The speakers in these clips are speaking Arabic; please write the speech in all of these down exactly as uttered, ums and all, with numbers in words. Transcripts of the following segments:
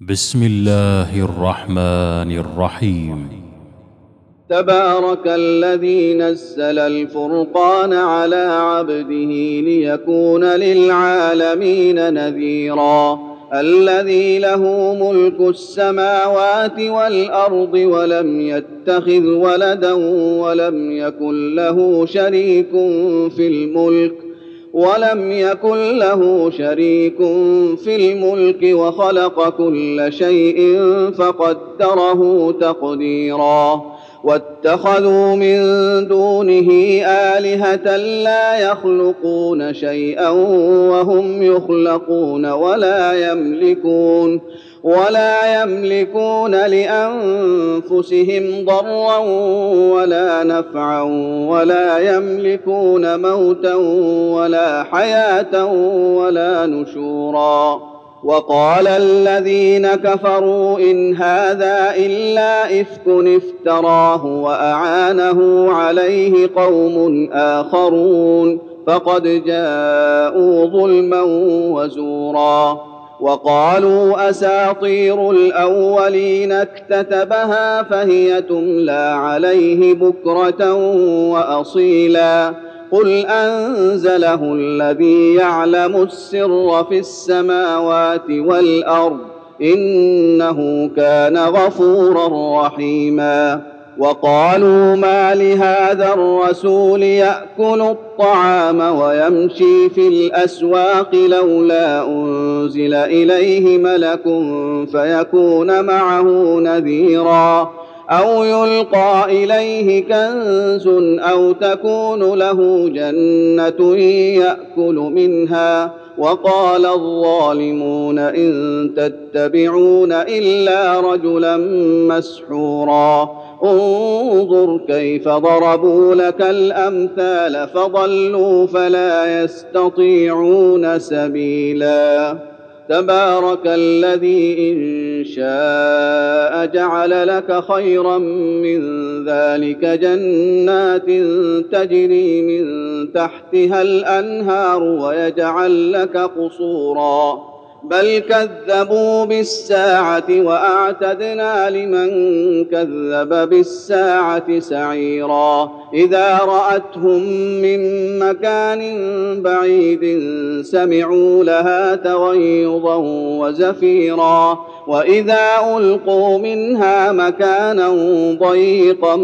بسم الله الرحمن الرحيم. تبارك الذي نزل الفرقان على عبده ليكون للعالمين نذيرا الذي له ملك السماوات والأرض ولم يتخذ ولدا ولم يكن له شريك في الملك ولم يكن له شريك في الملك وخلق كل شيء فقدره تقديرا واتخذوا من دونه آلهة لا يخلقون شيئا وهم يخلقون ولا يملكون ولا يملكون لأنفسهم ضرا ولا نفعا ولا يملكون موتا ولا حياة ولا نشورا. وقال الذين كفروا إن هذا إلا إفك افتراه وأعانه عليه قوم آخرون فقد جاءوا ظلما وزورا. وقالوا أساطير الأولين اكتتبها فهي تملى عليه بكرة وأصيلا قل أنزله الذي يعلم السر في السماوات والأرض إنه كان غفورا رحيما. وقالوا ما لهذا الرسول يأكل الطعام ويمشي في الأسواق لولا أنزل إليه ملك فيكون معه نذيرا أو يلقى إليه كنز أو تكون له جنة يأكل منها. وقال الظالمون إن تتبعون إلا رجلا مسحورا انظر كيف ضربوا لك الأمثال فضلوا فلا يستطيعون سبيلا. تبارك الذي إن شاء جعل لك خيرا من ذلك جنات تجري من تحتها الأنهار ويجعل لك قصورا بل كذبوا بالساعة وأعتدنا لمن كذب بالساعة سعيرا إذا رأتهم من مكان بعيد سمعوا لها تغيظا وزفيرا وإذا ألقوا منها مكانا ضيقا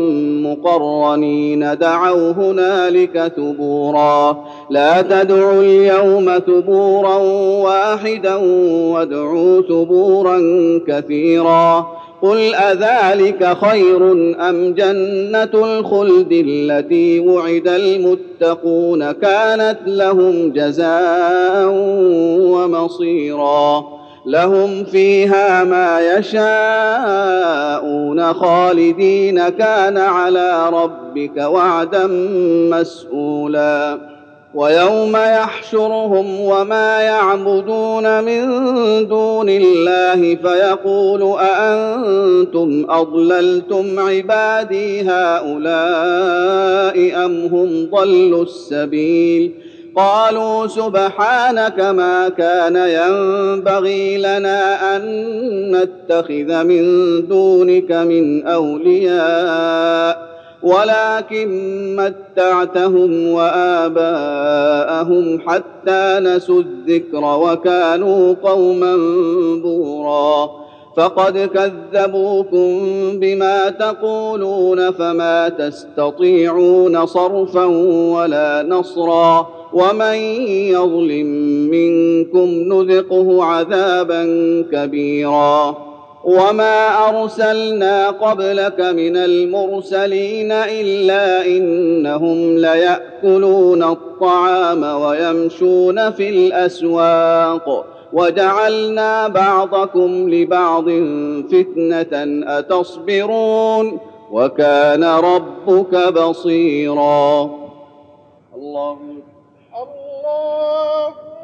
مقرنين دعوا هنالك ثبورا لا تدعوا اليوم ثبورا واحدا وادعوا ثبورا كثيرا قل أذلك خير أم جنة الخلد التي وعد المتقون كانت لهم جزاء ومصيرا لهم فيها ما يشاءون خالدين كان على ربك وعدا مسئولا. ويوم يحشرهم وما يعبدون من دون الله فيقول أأنتم أضللتم عبادي هؤلاء أم هم ضلوا السبيل قالوا سبحانك ما كان ينبغي لنا أن نتخذ من دونك من أولياء ولكن متعتهم وآباءهم حتى نسوا الذكر وكانوا قوما بورا فقد كذبوكم بما تقولون فما تستطيعون صرفا ولا نصرا ومن يظلم منكم نذقه عذابا كبيرا. وما أرسلنا قبلك من المرسلين إلا إنهم ليأكلون الطعام ويمشون في الأسواق وجعلنا بعضكم لبعض فتنة أتصبرون وكان ربك بصيرا. الله الله